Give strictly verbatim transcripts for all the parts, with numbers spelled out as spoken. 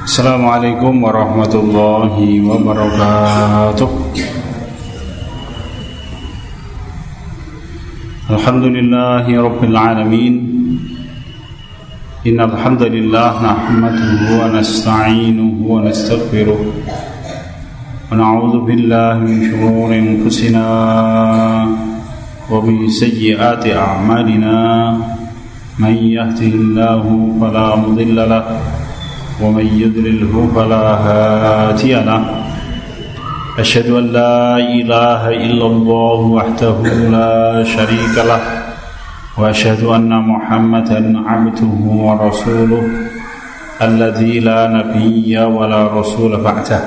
Assalamualaikum warahmatullahi wabarakatuh. Alhamdulillahi rabbil alamin. Innal hamdalillah nahmaduhu wa nasta'inuhu wa nastaghfiruh wa na'udzu billahi min shururi anfusina wa min sayyiati a'malina. Man yahdihillahu fala mudilla lahu ومن يضلله فلا هادي له أشهد أن لا إله إلا الله وحده لا شريك له وأشهد أن محمدا عبده ورسوله الذي لا نبي ولا رسول بعده.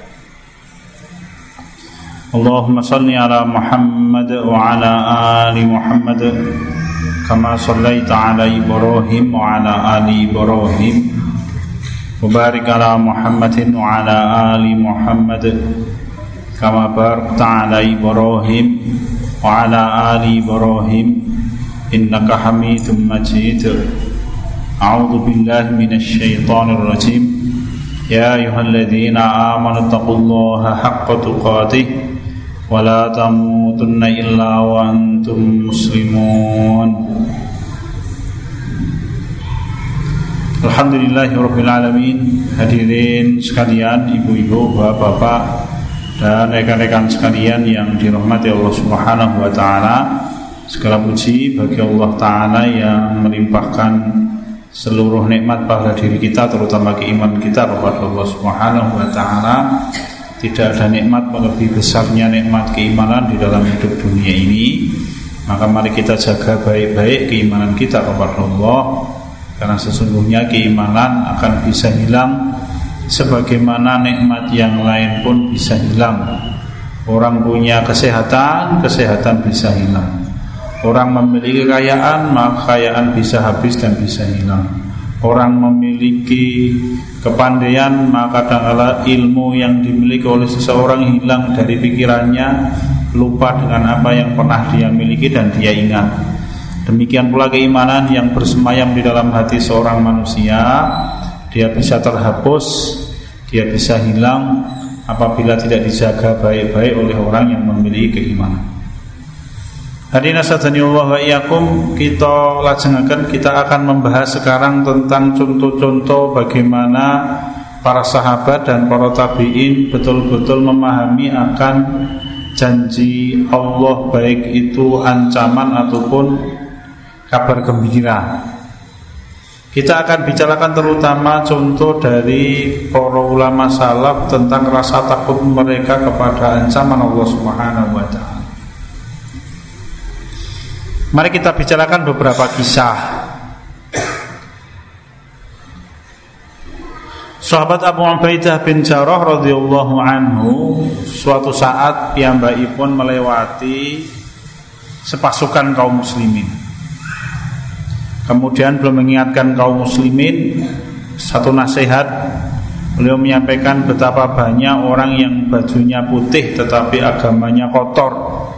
اللهم صل على محمد وعلى آل محمد كما صليت على إبراهيم وعلى آل إبراهيم وبارك على محمد وعلى آل محمد كما باركت على إبراهيم وعلى آل إبراهيم إنك حميد مجيد. أعوذ بالله من الشيطان الرجيم. يا أيها الذين آمنوا اتقوا الله حق تقاته ولا تموتن إلا وأنتم مسلمون. Alhamdulillahirrabbilalamin. Hadirin sekalian, ibu-ibu, bapak-bapak, dan rekan-rekan sekalian yang dirahmati Allah Subhanahu wa ta'ala. Segala puji bagi Allah Ta'ala yang melimpahkan seluruh nikmat pada diri kita, terutama keimanan kita kepada Allah Subhanahu wa ta'ala. Tidak ada nikmat lebih besarnya nikmat keimanan di dalam hidup dunia ini. Maka mari kita jaga baik-baik keimanan kita kepada Allah, karena sesungguhnya keimanan akan bisa hilang sebagaimana nikmat yang lain pun bisa hilang. Orang punya kesehatan, kesehatan bisa hilang. Orang memiliki kekayaan, maka kekayaan bisa habis dan bisa hilang. Orang memiliki kepandaian, maka kadang-kala ilmu yang dimiliki oleh seseorang hilang dari pikirannya, lupa dengan apa yang pernah dia miliki dan dia ingat. Demikian pula keimanan yang bersemayam di dalam hati seorang manusia, dia bisa terhapus, dia bisa hilang apabila tidak dijaga baik-baik oleh orang yang memiliki keimanan. Hadirin sadhanillah wa iyyakum, kita lajengaken, kita akan membahas sekarang tentang contoh-contoh bagaimana para sahabat dan para tabi'in betul-betul memahami akan janji Allah, baik itu ancaman ataupun kabar gembira. Kita akan bicarakan terutama contoh dari para ulama salaf tentang rasa takut mereka kepada ancaman Allah Subhanahu wa ta'ala. Mari kita bicarakan beberapa kisah. Sahabat Abu Ubaidah bin Jarrah radhiyallahu anhu suatu saat piyambakipun melewati sepasukan kaum muslimin. Kemudian belum mengingatkan kaum muslimin satu nasihat. Beliau menyampaikan betapa banyak orang yang bajunya putih tetapi agamanya kotor.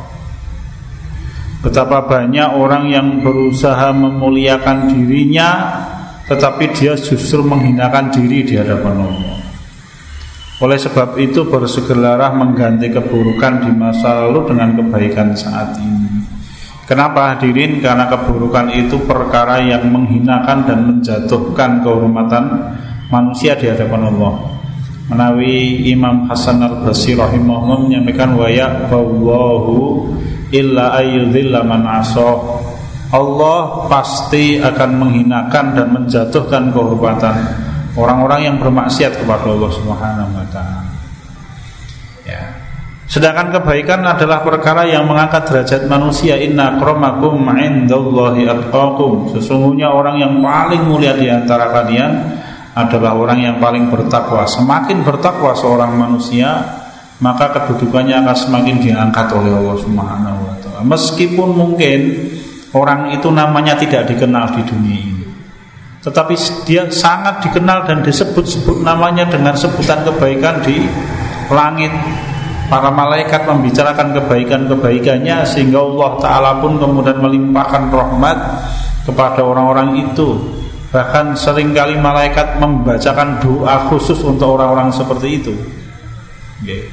Betapa banyak orang yang berusaha memuliakan dirinya tetapi dia justru menghinakan diri di hadapan Allah. Oleh sebab itu bersegeralah mengganti keburukan di masa lalu dengan kebaikan saat ini. Kenapa hadirin? Karena keburukan itu perkara yang menghinakan dan menjatuhkan kehormatan manusia di hadapan Allah. Menawi Imam Hasan al-Basri rahimahullah menyampaikan wa ya'ballahu illa ayyudhilla man asah. Allah pasti akan menghinakan dan menjatuhkan kehormatan orang-orang yang bermaksiat kepada Allah Subhanahu wa ta'ala. Ya. Sedangkan kebaikan adalah perkara yang mengangkat derajat manusia. Inna akramakum indallahi atqakum. Sesungguhnya orang yang paling mulia di antara kalian adalah orang yang paling bertakwa. Semakin bertakwa seorang manusia, maka kedudukannya akan semakin diangkat oleh Allah Subhanahu wa ta'ala. Meskipun mungkin orang itu namanya tidak dikenal di dunia ini, tetapi dia sangat dikenal dan disebut-sebut namanya dengan sebutan kebaikan di langit. Para malaikat membicarakan kebaikan-kebaikannya sehingga Allah Ta'ala pun kemudian melimpahkan rahmat kepada orang-orang itu. Bahkan seringkali malaikat membacakan doa khusus untuk orang-orang seperti itu. Okay.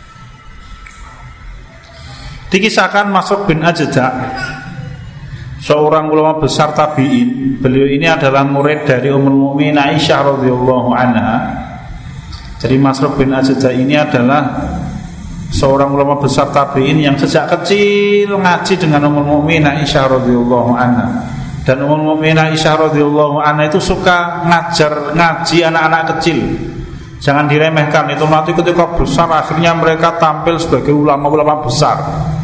Dikisahkan Masruq bin Ajda', seorang ulama besar tabi'in. Beliau ini adalah murid dari Ummul Mukminin Aisyah radhiyallahu anha. Jadi Masruq bin Ajda' ini adalah seorang ulama besar tabi'in yang sejak kecil ngaji dengan Ummul Mukminin Aisyah radhiyallahu anha. Dan Ummul Mukminin Aisyah radhiyallahu anha itu suka ngajar ngaji anak-anak kecil. Jangan diremehkan, itu nanti ketika besar akhirnya mereka tampil sebagai ulama-ulama besar.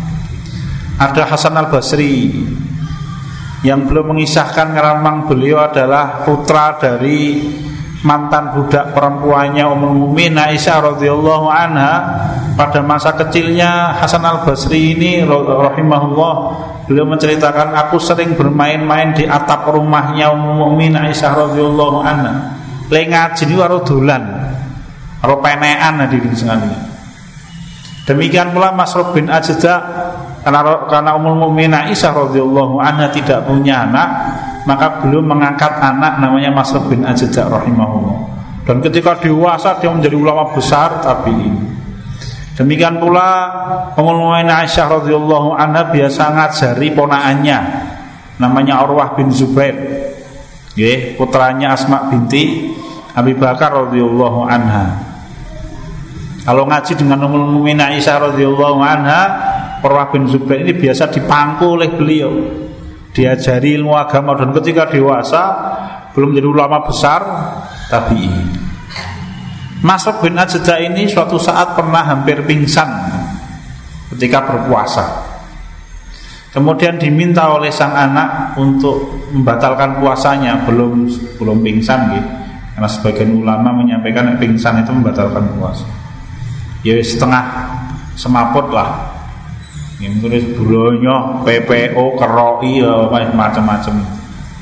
Ada Hasan al-Basri yang belum mengisahkan karena memang beliau adalah putra dari mantan budak perempuannya Ummul Mukminin Aisyah radhiyallahu anha. Pada masa kecilnya Hasan al-Basri ini rahimahullah, beliau menceritakan, aku sering bermain-main di atap rumahnya Ummul Mukminin Aisyah radhiyallahu anha. Le ngaji ni karo dolan, karo penekan hadirin sekalian. Demikian pula Masruq bin Ajda', karena karena Ummul Mukminin Aisyah radhiyallahu anha tidak punya anak, maka beliau mengangkat anak namanya Masruq bin Ajda' rahimahullah. Dan ketika dewasa dia menjadi ulama besar tabi'in. Demikian pula Ummul Mukminin Aisyah radhiyallahu anha biasa ngajari ponakannya namanya Urwah bin Zubair, nggih, putranya Asma binti Abi Bakar radhiyallahu anha. Kalau ngaji dengan Ummul Mukminin Aisyah radhiyallahu anha, Urwah bin Zubair ini biasa dipangku oleh beliau, diajari ilmu agama, dan ketika dewasa belum menjadi ulama besar tabi'in. Masruq bin Ajda' ini suatu saat pernah hampir pingsan ketika berpuasa. Kemudian diminta oleh sang anak untuk membatalkan puasanya, belum belum pingsan gitu. Karena sebagian ulama menyampaikan pingsan itu membatalkan puasa. Ya setengah semaput lah. Ini tulis bulanyo, P P O, keroi, macam-macam.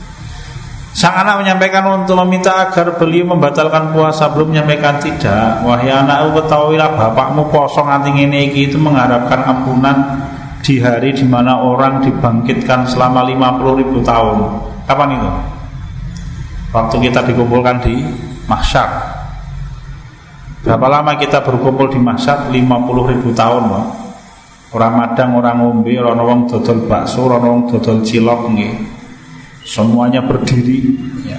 Sang anak menyampaikan untuk meminta agar beliau membatalkan puasa, belum menyampaikan tidak. Wahai anakku, ketahuilah bapakmu kosong nanti ngene iki itu mengharapkan ampunan di hari di mana orang dibangkitkan selama lima puluh ribu tahun. Kapan itu? Waktu kita dikumpulkan di mahsyar. Berapa lama kita berkumpul di mahsyar? lima puluh ribu tahun, Pak. Orang madang, orang ngombe, orang wong dodol bakso, orang wong dodol cilok nggih. Semuanya berdiri ya.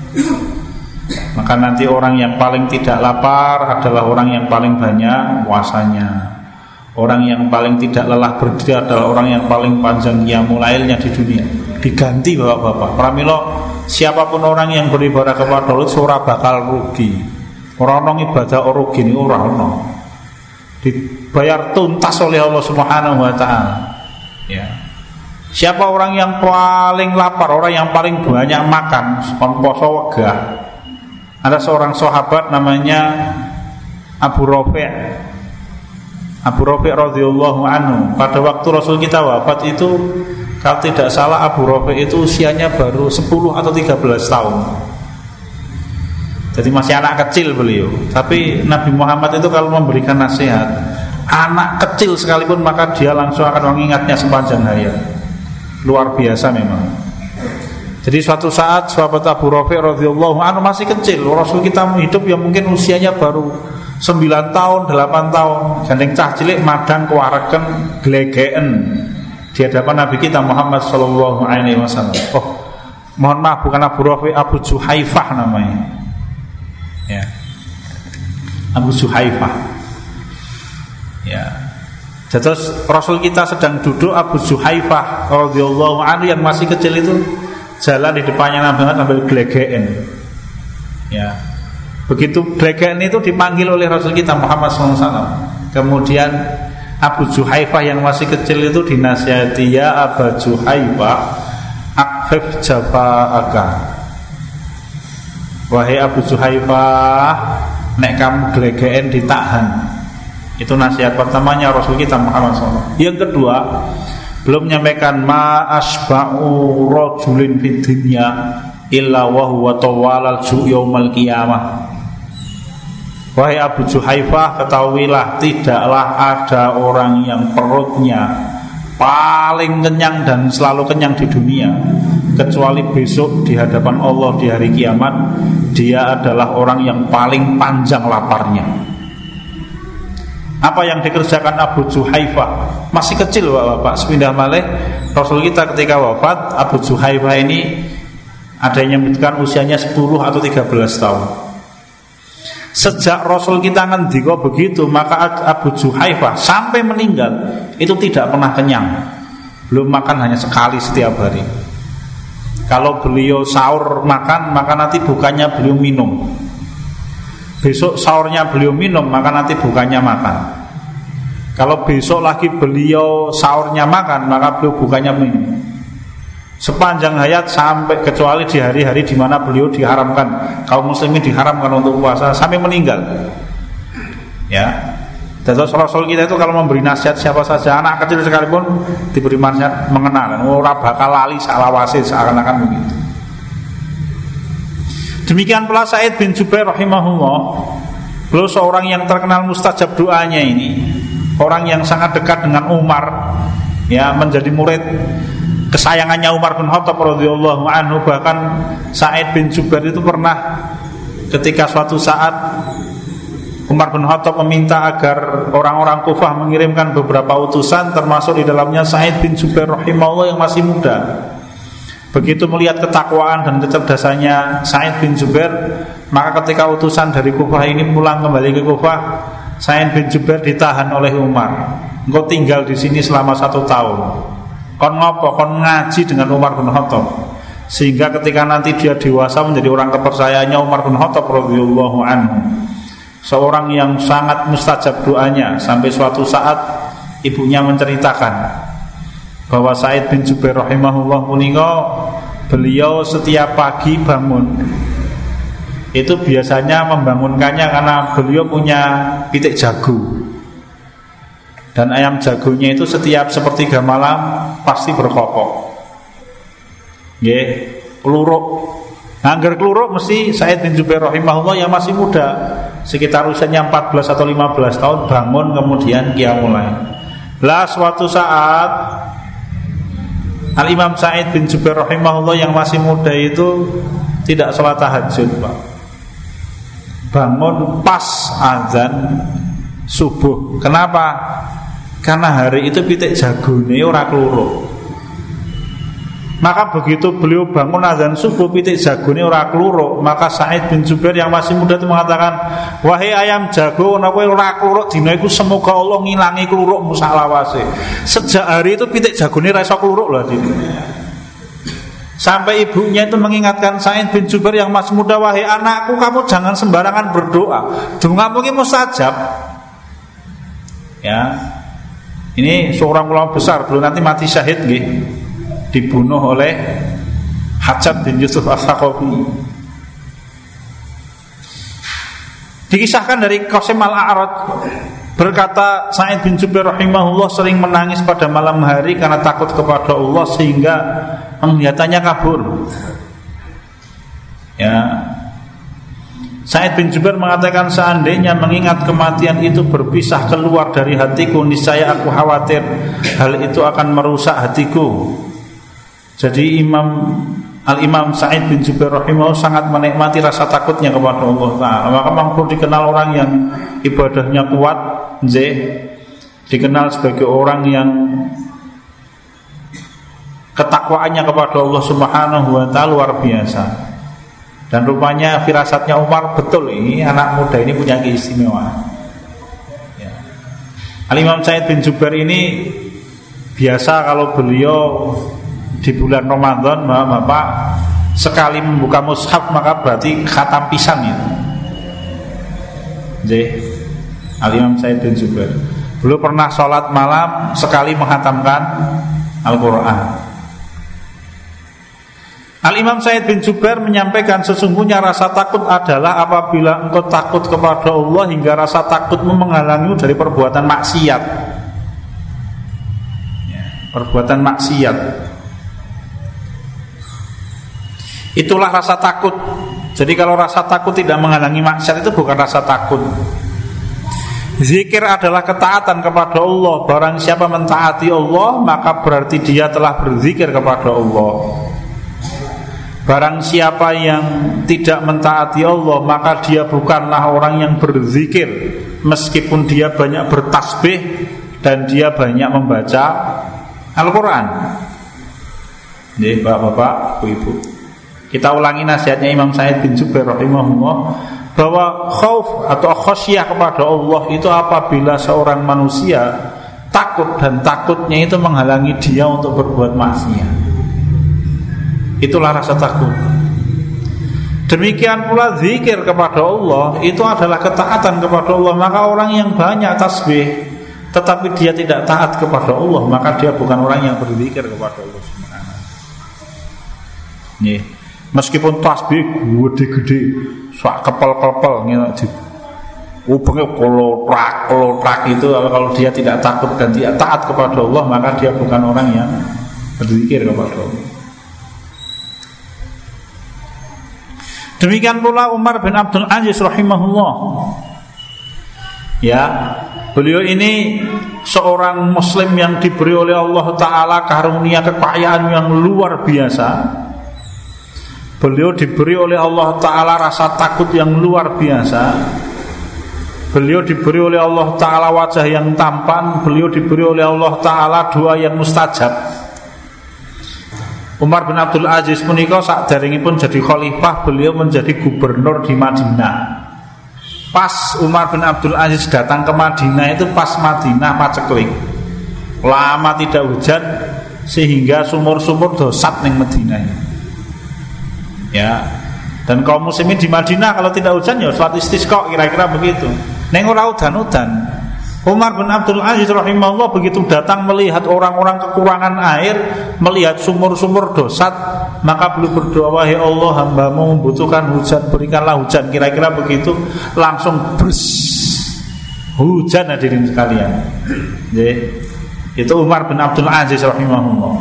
Maka nanti orang yang paling tidak lapar adalah orang yang paling banyak puasanya. Orang yang paling tidak lelah berdiri adalah orang yang paling panjang qiyamul lailnya di dunia. Diganti bapak-bapak. Pramila siapapun orang yang beribadah kepada Allah ora bakal rugi. Ora ono ibadah rugi niku ora ono. Dibayar tuntas oleh Allah Subhanahu wa taala. Ya. Siapa orang yang paling lapar, orang yang paling banyak makan, kon poso wegah. Ada seorang sahabat namanya Abu Rafi'. Abu Rafi' radhiyallahu anhu. Pada waktu Rasul kita wafat itu, kalau tidak salah Abu Rafi' itu usianya baru sepuluh atau tiga belas tahun. Jadi masih anak kecil beliau. Tapi Nabi Muhammad itu kalau memberikan nasihat, anak kecil sekalipun maka dia langsung akan mengingatnya sepanjang hayat. Luar biasa memang. Jadi suatu saat sahabat Abu Rafi' radhiyallahu anhu masih kecil. Rasul kita hidup yang mungkin usianya baru sembilan tahun, delapan tahun. Gandeng cah cilik madang kuwareken glegeken di hadapan Nabi kita Muhammad sallallahu alaihi wasallam. Oh, mohon maaf, bukan Abu Rafi', Abu Juhaifah namanya. Ya. Abu Juhaifah. Ya. Terus Rasul kita sedang duduk, Abu Juhaifah radhiyallahu anhu yang masih kecil itu jalan di depannya Nabi Muhammad sambil glegeken. Ya. Begitu glegeken itu dipanggil oleh Rasul kita Muhammad sallallahu alaihi wasallam. Kemudian Abu Juhaifah yang masih kecil itu dinasihati, ya Abu Juhaifah, akfif jafa'aka. Wahai Abu Juhaifah, nek kamu glegeken ditahan. Itu nasihat pertamanya Rasul kita Muhammad shallallahu alaihi wasallam. Yang kedua, belum menyampaikan ma asba'u rajulin fid dunya illa wa huwa tawalal ju yaumal qiyamah. Wahai Abu Juhaifah, ketahuilah tidaklah ada orang yang perutnya paling kenyang dan selalu kenyang di dunia kecuali besok di hadapan Allah di hari kiamat dia adalah orang yang paling panjang laparnya. Apa yang dikerjakan Abu Juhaifah, masih kecil Bapak, sepindah malih Rasul kita ketika wafat, Abu Juhaifah ini ada yang menyebutkan usianya sepuluh atau tiga belas tahun. Sejak Rasul kita ngendika begitu, maka Abu Juhaifah sampai meninggal itu tidak pernah kenyang. Belum makan, hanya sekali setiap hari. Kalau beliau sahur makan, maka nanti bukannya beliau minum. Besok sahurnya beliau minum, maka nanti bukannya makan. Kalau besok lagi beliau sahurnya makan, maka beliau bukannya minum. Sepanjang hayat sampai kecuali di hari-hari di mana beliau diharamkan, kaum muslimin diharamkan untuk puasa sampai meninggal. Ya. Dan Rasul kita itu kalau memberi nasihat siapa saja, anak kecil sekalipun diberi nasihat mengenal, ora bakal lali salawase seakan-akan begitu. Demikian pula Sa'id bin Jubair rahimahullah, beliau seorang yang terkenal mustajab doanya ini, orang yang sangat dekat dengan Umar, ya, menjadi murid kesayangannya Umar bin Khattab radhiyallahu anhu. Bahkan Sa'id bin Jubair itu pernah ketika suatu saat Umar bin Khattab meminta agar orang-orang Kufah mengirimkan beberapa utusan, termasuk di dalamnya Sa'id bin Jubair rahimahullah yang masih muda. Begitu melihat ketakwaan dan kecerdasannya Sa'id bin Jubair, maka ketika utusan dari Kufah ini pulang kembali ke Kufah, Sa'id bin Jubair ditahan oleh Umar. Engkau tinggal di sini selama satu tahun. Kon ngopo? Kon ngaji dengan Umar bin Khattab, sehingga ketika nanti dia dewasa menjadi orang kepercayaannya Umar bin Khattab radhiyallahu anhu, seorang yang sangat mustajab doanya. Sampai suatu saat ibunya menceritakan bahwa Sa'id bin Jubair rahimahullah punika beliau setiap pagi bangun itu biasanya membangunkannya karena beliau punya pitik jago, dan ayam jagonya itu setiap sepertiga malam pasti berkokok. Nggih, kluruk. Angger kluruk mesti Sa'id bin Jubair rahimahullah yang masih muda, sekitar usianya empat belas atau lima belas tahun, bangun kemudian qiyamul lail. Lah suatu saat Al-Imam Sa'id bin Jubair rahimahullah yang masih muda itu tidak sholat tahajud, Pak. Bangun pas azan subuh. Kenapa? Karena hari itu pitik jagone ora kluruk. Maka begitu beliau bangun azan subuh, pitik jagone ora kluruk, maka Sa'id bin Jubair yang masih muda itu mengatakan, "Wahai ayam jago, nek kowe ora kluruk dina iku semoga Allah ngilangi klurukmu salawase." Sejak hari itu pitik jagone ora iso kluruk lho dene. Sampai ibunya itu mengingatkan Sa'id bin Jubair yang masih muda, "Wahai anakku, kamu jangan sembarangan berdoa. Dongamu iki mustajab." Ya. Ini seorang ulama besar, beliau nanti mati syahid nggih. Dibunuh oleh Hajjaj bin Yusuf As-Saqafi. Dikisahkan dari Qasim al-A'raj, berkata Sa'id bin Jubair rahimahullah sering menangis pada malam hari karena takut kepada Allah sehingga penglihatannya kabur. Ya. Sa'id bin Jubair mengatakan, seandainya mengingat kematian itu berpisah keluar dari hatiku, niscaya aku khawatir hal itu akan merusak hatiku. Jadi Imam Al-Imam Sa'id bin Jubair rahimahullah sangat menikmati rasa takutnya kepada Allah Ta'ala. Maka mampu dikenal orang yang ibadahnya kuat, dikenal sebagai orang yang ketakwaannya kepada Allah Subhanahu wa Ta'ala luar biasa. Dan rupanya firasatnya Umar betul, ini anak muda ini punya keistimewaan. Ya. Al-Imam Sa'id bin Jubair ini biasa kalau beliau di bulan Ramadan, Bapak sekali membuka mushaf maka berarti khatam pisan itu. Jadi Al-Imam Sa'id bin Jubair beliau pernah sholat malam sekali menghatamkan Al-Quran. Al-Imam Sa'id bin Jubair menyampaikan, sesungguhnya rasa takut adalah apabila engkau takut kepada Allah hingga rasa takutmu menghalangimu dari perbuatan maksiat. Ya, perbuatan maksiat. Itulah rasa takut. Jadi kalau rasa takut tidak menghalangi maksiat, itu bukan rasa takut. Zikir adalah ketaatan kepada Allah. Barang siapa mentaati Allah, maka berarti dia telah berzikir kepada Allah. Barang siapa yang tidak mentaati Allah, maka dia bukanlah orang yang berzikir, meskipun dia banyak bertasbih dan dia banyak membaca Al-Quran. Jadi bapak-bapak, ibu-ibu, kita ulangi nasihatnya Imam Sa'id bin Jubair rahimahullah, bahwa khauf atau khasyah kepada Allah itu apabila seorang manusia takut, dan takutnya itu menghalangi dia untuk berbuat maksiat. Itulah rasa takut. Demikian pula zikir kepada Allah itu adalah ketaatan kepada Allah. Maka orang yang banyak tasbih tetapi dia tidak taat kepada Allah, maka dia bukan orang yang berzikir kepada Allah Subhanahu. Nih, meskipun tasbih gede-gede, sak kepel-kepel gitu, ubengnya kolotrak kolotrak itu, kalau dia tidak takut dan tidak taat kepada Allah, maka dia bukan orang yang berzikir kepada Allah. Demikian pula Umar bin Abdul Aziz rahimahullah. Ya, beliau ini seorang muslim yang diberi oleh Allah Ta'ala karunia kekayaan yang luar biasa. Beliau diberi oleh Allah Ta'ala rasa takut yang luar biasa. Beliau diberi oleh Allah Ta'ala wajah yang tampan. Beliau diberi oleh Allah Ta'ala doa yang mustajab. Umar bin Abdul Aziz punika sakderengipun jadi khalifah, beliau menjadi gubernur di Madinah. Pas Umar bin Abdul Aziz datang ke Madinah itu pas Madinah paceklik, lama tidak hujan sehingga sumur-sumur dosat ning Madinah. Ya, dan kaum muslimin di Madinah kalau tidak hujan ya salat istisqa, kira-kira begitu. Neng ora udan-udan. Umar bin Abdul Aziz rahimahullah begitu datang melihat orang-orang kekurangan air, melihat sumur-sumur dosat, maka beliau berdoa, wahai Allah, hambamu membutuhkan hujan, berikanlah hujan. Kira-kira begitu, langsung bers hujan hadirin sekalian. Jadi, itu Umar bin Abdul Aziz rahimahullah.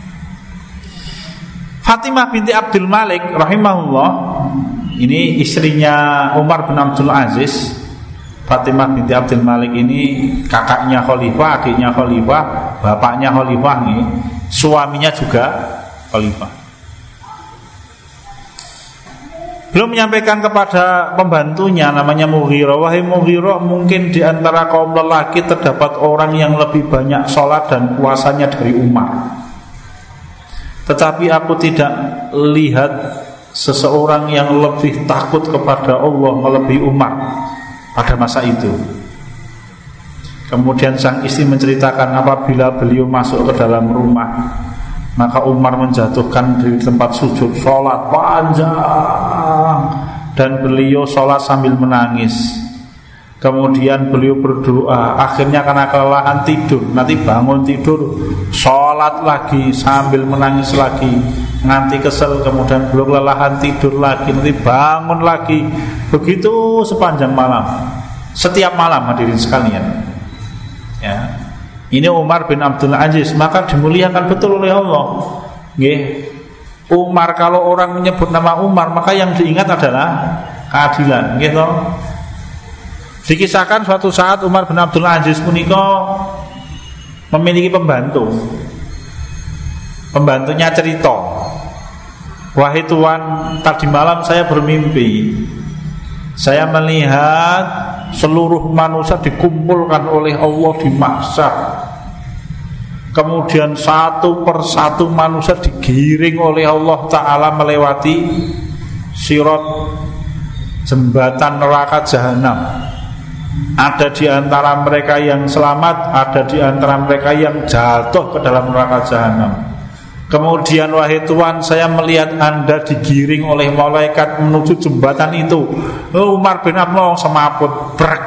Fatimah binti Abdul Malik rahimahullah, ini istrinya Umar bin Abdul Aziz. Fatimah binti Abdul Malik ini kakaknya khalifah, adiknya khalifah, bapaknya khalifah nih, suaminya juga khalifah. Belum menyampaikan kepada pembantunya namanya Mughirah, wahai Mughirah, mungkin di antara kaum lelaki terdapat orang yang lebih banyak sholat dan puasanya dari Umar. Tetapi aku tidak lihat seseorang yang lebih takut kepada Allah melebihi Umar pada masa itu. Kemudian sang istri menceritakan apabila beliau masuk ke dalam rumah, maka Umar menjatuhkan di tempat sujud, sholat panjang, dan beliau sholat sambil menangis. Kemudian beliau berdoa, akhirnya karena kelelahan tidur, nanti bangun tidur, sholat lagi sambil menangis lagi, nanti kesel, kemudian belum kelelahan tidur lagi, nanti bangun lagi, begitu sepanjang malam, setiap malam hadirin sekalian. Ya, ini Umar bin Abdul Aziz, maka dimuliakan betul oleh Allah. Nggih, Umar, kalau orang menyebut nama Umar, maka yang diingat adalah keadilan, gitu. Dikisahkan suatu saat Umar bin Abdul Aziz punika memiliki pembantu. Pembantunya cerita, wahai Tuan, tadi malam saya bermimpi. Saya melihat seluruh manusia dikumpulkan oleh Allah di mahsyar. Kemudian satu persatu manusia digiring oleh Allah Ta'ala melewati sirat, jembatan neraka jahanam. Ada di antara mereka yang selamat, ada di antara mereka yang jatuh ke dalam neraka jahanam. Kemudian wahai Tuhan, saya melihat Anda digiring oleh malaikat menuju jembatan itu. Umar bin Abdul semaput brek.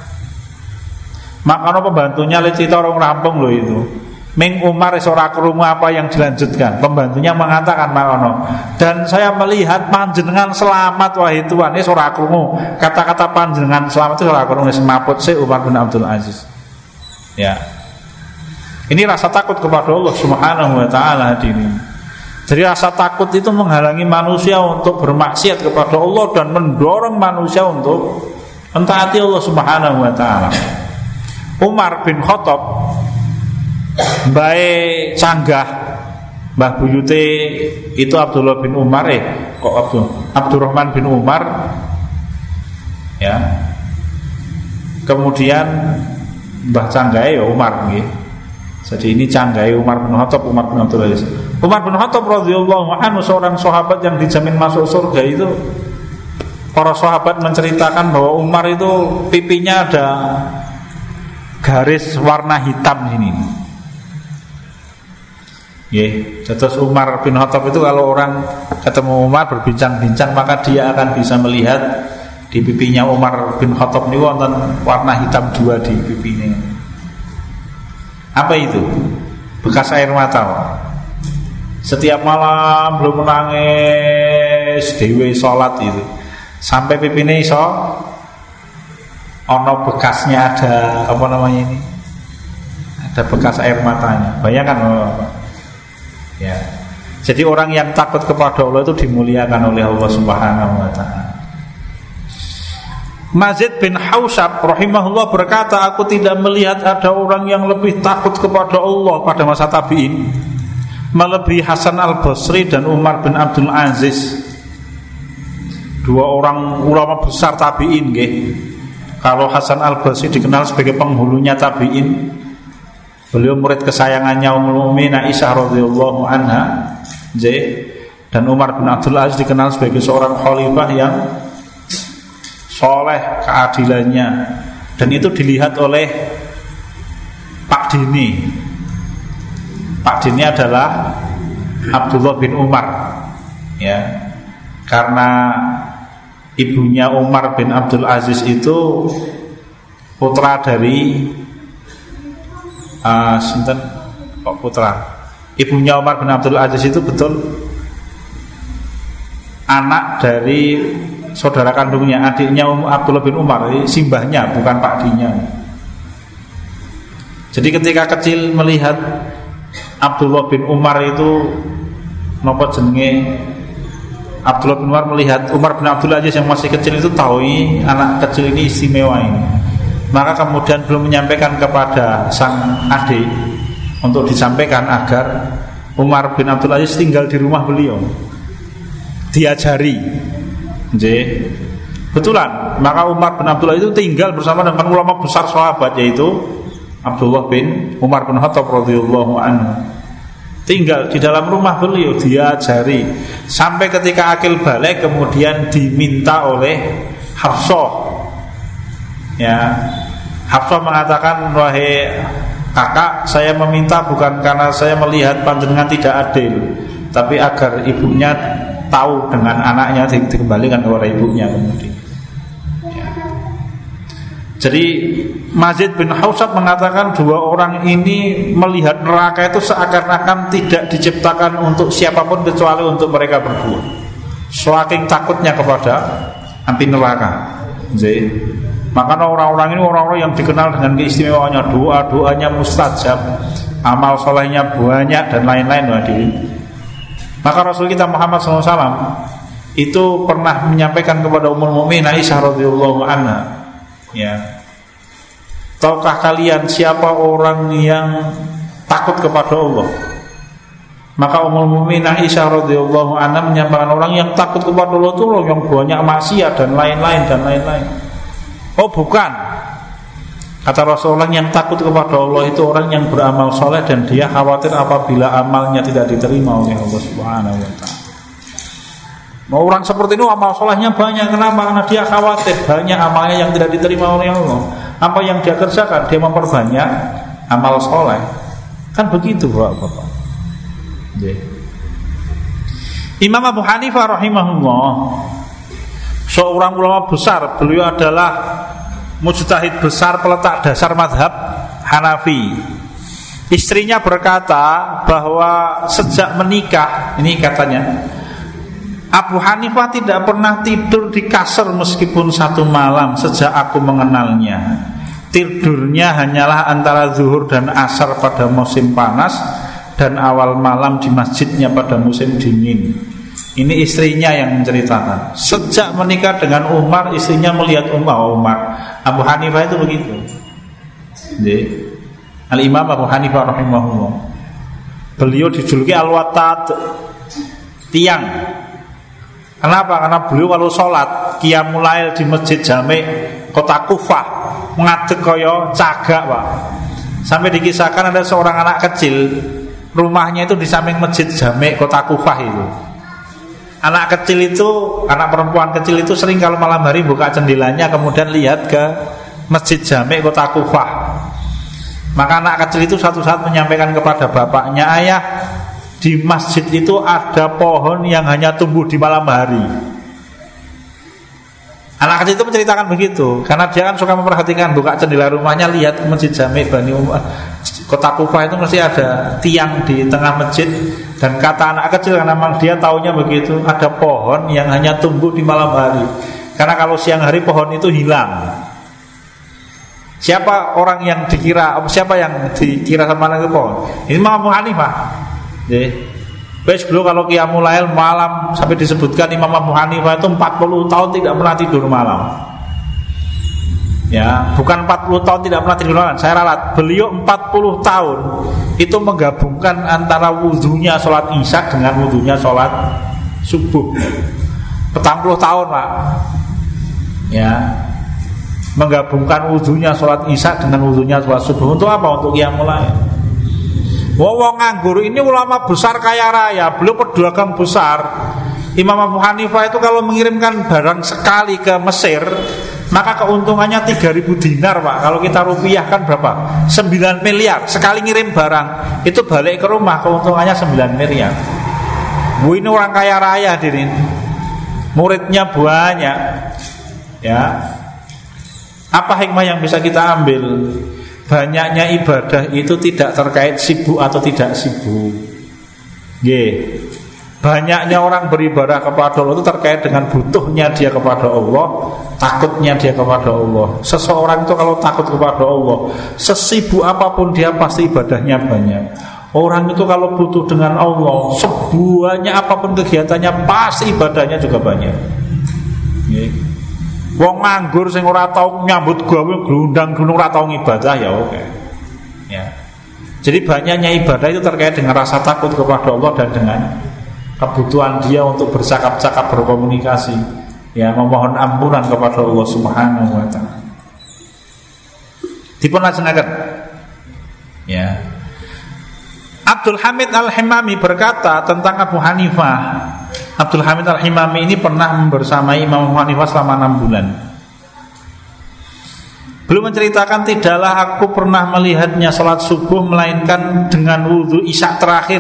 Makanya pembantunya cerita orang rampung loh itu. Ming Umar ora krungu apa yang dilanjutkan. Pembantunya mengatakan makono, dan saya melihat panjenengan selamat wahai Tuhan. Wis ora krungu. Kata-kata panjenengan selamat itu ora krungu, semaput si Umar bin Abdul Aziz. Ya. Ini rasa takut kepada Allah Subhanahu wa taala hadirin. Jadi rasa takut itu menghalangi manusia untuk bermaksiat kepada Allah dan mendorong manusia untuk mentaati Allah Subhanahu wa taala. Umar bin Khattab bae canggah Mbah buyute itu Abdullah bin Umar eh kok Abdul Abdurrahman bin Umar ya. Kemudian Mbah Canggae ya Umar nggih. Jadi ini Canggae Umar bin Khattab, Umar bin Abdul Aziz. Umar bin Khattab radhiyallahu anhu seorang sahabat yang dijamin masuk surga itu. Para sahabat menceritakan bahwa Umar itu pipinya ada garis warna hitam sini. Yeah. Terus Umar bin Khattab itu kalau orang ketemu Umar berbincang-bincang maka dia akan bisa melihat di pipinya Umar bin Khattab ini wonten warna hitam dua di pipinya. Apa itu? Bekas air mata. Setiap malam belum menangis dewe salat itu sampai pipinya iso ono bekasnya ada apa namanya ini? Ada bekas air matanya. Bayangkan oh, ya. Jadi orang yang takut kepada Allah itu dimuliakan oleh Allah Subhanahu wa taala. Mazid bin Hausab rahimahullah berkata, aku tidak melihat ada orang yang lebih takut kepada Allah pada masa tabi'in melebihi Hasan al-Basri dan Umar bin Abdul Aziz. Dua orang ulama besar tabi'in nggih. Kalau Hasan al-Basri dikenal sebagai penghulunya tabi'in. Beliau murid kesayangannya Ummul Mukminin Aisyah radhiyallahu anha. Dan Umar bin Abdul Aziz dikenal sebagai seorang khalifah yang soleh keadilannya, dan itu dilihat oleh Pak Dini. Pak Dini adalah Abdullah bin Umar, ya, karena ibunya Umar bin Abdul Aziz itu putra dari uh, sinten kok putra ibunya Umar bin Abdul Aziz itu betul anak dari saudara kandungnya, adiknya Abdullah bin Umar, simbahnya bukan Pak Dinya. Jadi ketika kecil melihat Abdullah bin Umar itu nopo jenenge Abdullah bin Umar melihat Umar bin Abdul Aziz yang masih kecil itu tahu ini anak kecil ini istimewa ini. Maka kemudian belum menyampaikan kepada sang adik untuk disampaikan agar Umar bin Abdul Aziz tinggal di rumah beliau, diajari. Jadi betulan, maka Umar bin Abdullah itu tinggal bersama dengan ulama besar sahabat yaitu Abdullah bin Umar bin Khattab radhiyallahu anhu. Tinggal di dalam rumah beliau, diajari sampai ketika akil balik kemudian diminta oleh Hafsah. Ya, Hafsah mengatakan, wahai kakak, saya meminta bukan karena saya melihat panjenengan tidak adil, tapi agar ibunya tahu dengan anaknya di, dikembalikan kepada ibunya kemudian. Ya. Jadi Mazid bin Hausab mengatakan dua orang ini melihat neraka itu seakan-akan tidak diciptakan untuk siapapun kecuali untuk mereka berdua. Saking takutnya kepada api neraka. Jadi, makanya orang-orang ini orang-orang yang dikenal dengan keistimewaannya, doa-doanya mustajab, amal solehnya banyak dan lain-lain. Hadirin. Maka Rasul kita Muhammad shallallahu alaihi wasallam itu pernah menyampaikan kepada Ummul Mukminin Aisyah radhiyallahu anha, ya, tahukah kalian siapa orang yang takut kepada Allah? Maka Ummul Mukminin Aisyah radhiyallahu anha menyampaikan orang yang takut kepada Allah itu orang yang banyak maksiat dan lain-lain dan lain-lain. Oh bukan. Kata Rasulullah, yang takut kepada Allah itu orang yang beramal soleh dan dia khawatir apabila amalnya tidak diterima oleh Allah Subhanahu wa taala. Nah, orang seperti itu amal solehnya banyak. Kenapa? Karena dia khawatir banyak amalnya yang tidak diterima oleh Allah. Apa yang dia kerjakan? Dia memperbanyak amal soleh. Kan begitu Bapak-bapak. Imam Abu Hanifah rahimahullah, seorang ulama besar. Beliau adalah mujtahid besar, peletak dasar mazhab Hanafi. Istrinya berkata bahwa sejak menikah, ini katanya, Abu Hanifah tidak pernah tidur di kasur meskipun satu malam sejak aku mengenalnya. Tidurnya hanyalah antara zuhur dan asar pada musim panas dan awal malam di masjidnya pada musim dingin. Ini istrinya yang menceritakan. Sejak menikah dengan Umar, istrinya melihat Umar. Umar. Abu Hanifah itu begitu. Jadi, Al-Imam Abu Hanifah rahimahullah. Beliau dijuluki Al-Watad, tiang. Kenapa? Karena beliau kalau sholat qiyamul lail di Masjid Jami' kota Kufah ngadeg kaya cagak, Pak. Sampai dikisahkan ada seorang anak kecil, rumahnya itu di samping Masjid Jami' kota Kufah itu. Anak kecil itu, anak perempuan kecil itu sering kalau malam hari buka jendelanya kemudian lihat ke Masjid Jami' kota Kufah. Maka anak kecil itu suatu saat menyampaikan kepada bapaknya, "Ayah, di masjid itu ada pohon yang hanya tumbuh di malam hari." Anak kecil itu menceritakan begitu karena dia kan suka memperhatikan, buka jendela rumahnya lihat ke Masjid Jami' Bani Umayyah kota Kufah itu mesti ada tiang di tengah masjid. Dan kata anak kecil, karena memang dia taunya begitu, ada pohon yang hanya tumbuh di malam hari. Karena kalau siang hari pohon itu hilang. Siapa orang yang dikira, siapa yang dikira sama itu pohon? Ini Imam Abu Hanifah. Jadi, Bes beliau kalau qiyamul lail malam sampai disebutkan Imam Abu Hanifah itu empat puluh tahun tidak pernah tidur malam. Ya, bukan empat puluh tahun tidak pernah tidur malam. Saya ralat, beliau empat puluh tahun itu menggabungkan antara wudunya sholat isya dengan wudunya sholat subuh. empat puluh tahun, Pak. Ya. Menggabungkan wudunya sholat isya dengan wudunya sholat subuh. Untuk apa? Untuk qiyamul lail. Wong nganggur ini ulama besar kaya raya, beliau pedagang besar. Imam Abu Hanifah itu kalau mengirimkan barang sekali ke Mesir, maka keuntungannya tiga ribu dinar, Pak. Kalau kita rupiahkan berapa? sembilan miliar. Sekali ngirim barang, itu balik ke rumah keuntungannya sembilan miliar. Bu, ini orang kaya raya dirin. Muridnya banyak. Ya. Apa hikmah yang bisa kita ambil? Banyaknya ibadah itu tidak terkait sibuk atau tidak sibuk. Ye. Banyaknya orang beribadah kepada Allah itu terkait dengan butuhnya dia kepada Allah, takutnya dia kepada Allah. Seseorang itu kalau takut kepada Allah, sesibuk apapun dia pasti ibadahnya banyak. Orang itu kalau butuh dengan Allah, sebanyak apapun kegiatannya pasti ibadahnya juga banyak. Ye. Wong nganggur sing ora tau nyambut gawe glundang gunung ora tau ibadah ya oke. Ya. Jadi banyaknya ibadah itu terkait dengan rasa takut kepada Allah dan dengan kebutuhan dia untuk bercakap-cakap, berkomunikasi, ya, memohon ampunan kepada Allah Subhanahu wa taala. Dipun lajengaken. Ya. Abdul Hamid Al-Himami berkata tentang Abu Hanifah. Abdul Hamid Al-Himami ini pernah bersamai Imam Abu Hanifah selama enam bulan. Beliau menceritakan, tidaklah aku pernah melihatnya salat subuh melainkan dengan wudhu isya terakhir.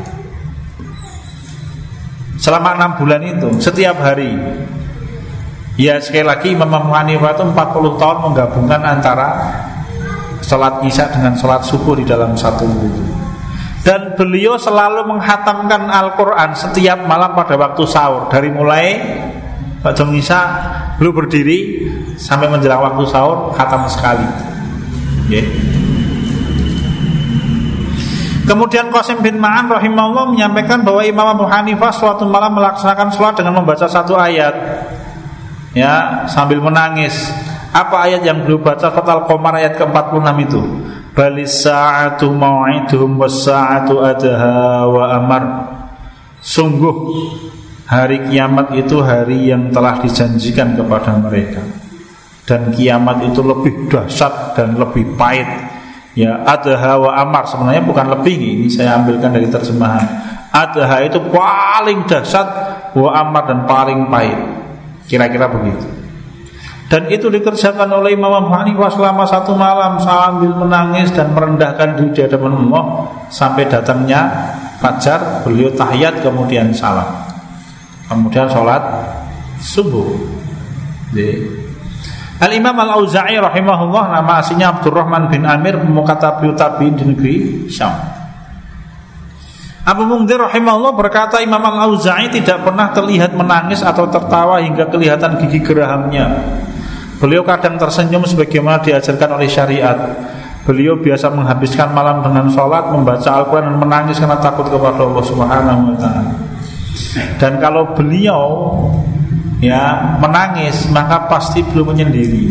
Selama enam bulan itu, setiap hari. Ya, sekali lagi Imam Abu Hanifah itu empat puluh tahun menggabungkan antara salat isya dengan salat subuh di dalam satu wudhu. Dan beliau selalu menghatamkan Al-Quran setiap malam pada waktu sahur. Dari mulai jam isya beliau berdiri sampai menjelang waktu sahur khatam sekali. Yeah. Kemudian Qasim bin Ma'an rahimahullah menyampaikan bahwa Imam Abu Hanifah suatu malam melaksanakan sholat dengan membaca satu ayat, ya, sambil menangis. Apa ayat yang beliau baca? Fatal Qamar ayat ke empat puluh enam itu. Balis sa'atu mau'iduhum was-sa'atu adha wa amar. Sungguh hari kiamat itu hari yang telah dijanjikan kepada mereka, dan kiamat itu lebih dahsyat dan lebih pahit. Ya, adha wa amar sebenarnya bukan lebih, ini saya ambilkan dari terjemahan. Adha itu paling dahsyat, wa amar dan paling pahit. Kira-kira begitu. Dan itu dikerjakan oleh Imam Abu Hanifah selama satu malam sambil menangis dan merendahkan diri di hadapan Allah sampai datangnya fajar. Beliau tahiyat kemudian salam, kemudian sholat subuh. Al-Imam Al-Auza'i rahimahullah, nama aslinya Abdurrahman bin Amir, pemuka tabi'ut tabi'in di negeri Syam. Abu Mungdir rahimahullah berkata, Imam Al-Auza'i tidak pernah terlihat menangis atau tertawa hingga kelihatan gigi gerahamnya. Beliau kadang tersenyum sebagaimana diajarkan oleh syariat. Beliau biasa menghabiskan malam dengan sholat, membaca Al-Quran dan menangis karena takut kepada Allah Subhanahu wa taala. Dan kalau beliau ya menangis, maka pasti beliau menyendiri.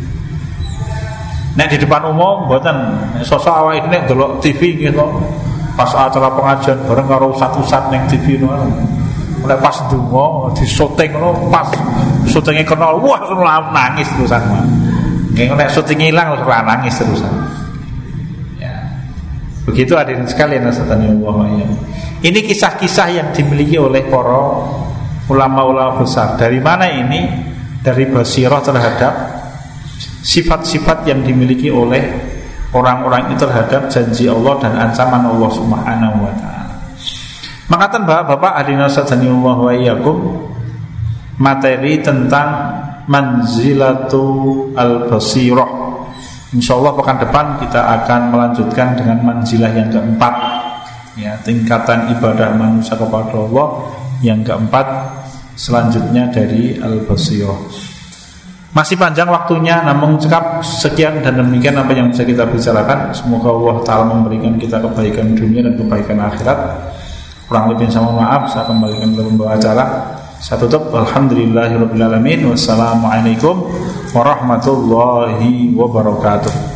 Nek di depan umum mboten, sosok awake nek delok T V gitu. pas acara pengajian bareng karo ustaz-ustaz ning T V ngono. Mulai pas donga di syuting ngono pas syutinge kenal wah langsung nangis terusan. Kayak nek syuting ilang terus nangis terusan. Ya. Begitu hadirin sekalian astagfirullah ya. Ini kisah-kisah yang dimiliki oleh para ulama-ulama besar. Dari mana ini? Dari basirah terhadap sifat-sifat yang dimiliki oleh orang-orang itu terhadap janji Allah dan ancaman Allah Subhanahu wa taala. Makatan Bapak-bapak hadirin radhiyallahu wa iyyakum, materi tentang manzilatu al-basirah. Insyaallah pekan depan kita akan melanjutkan dengan manzilah yang keempat, ya, tingkatan ibadah manusia kepada Allah yang keempat selanjutnya dari al-basirah. Masih panjang waktunya, namun cekap sekian dan demikian apa yang bisa kita bicarakan. Semoga Allah Ta'ala memberikan kita kebaikan dunia dan kebaikan akhirat. Kurang lebih sama maaf, saya kembalikan ke pembawa acara. Saya tutup. Alhamdulillahirrabbilalamin. Wassalamualaikum warahmatullahi wabarakatuh.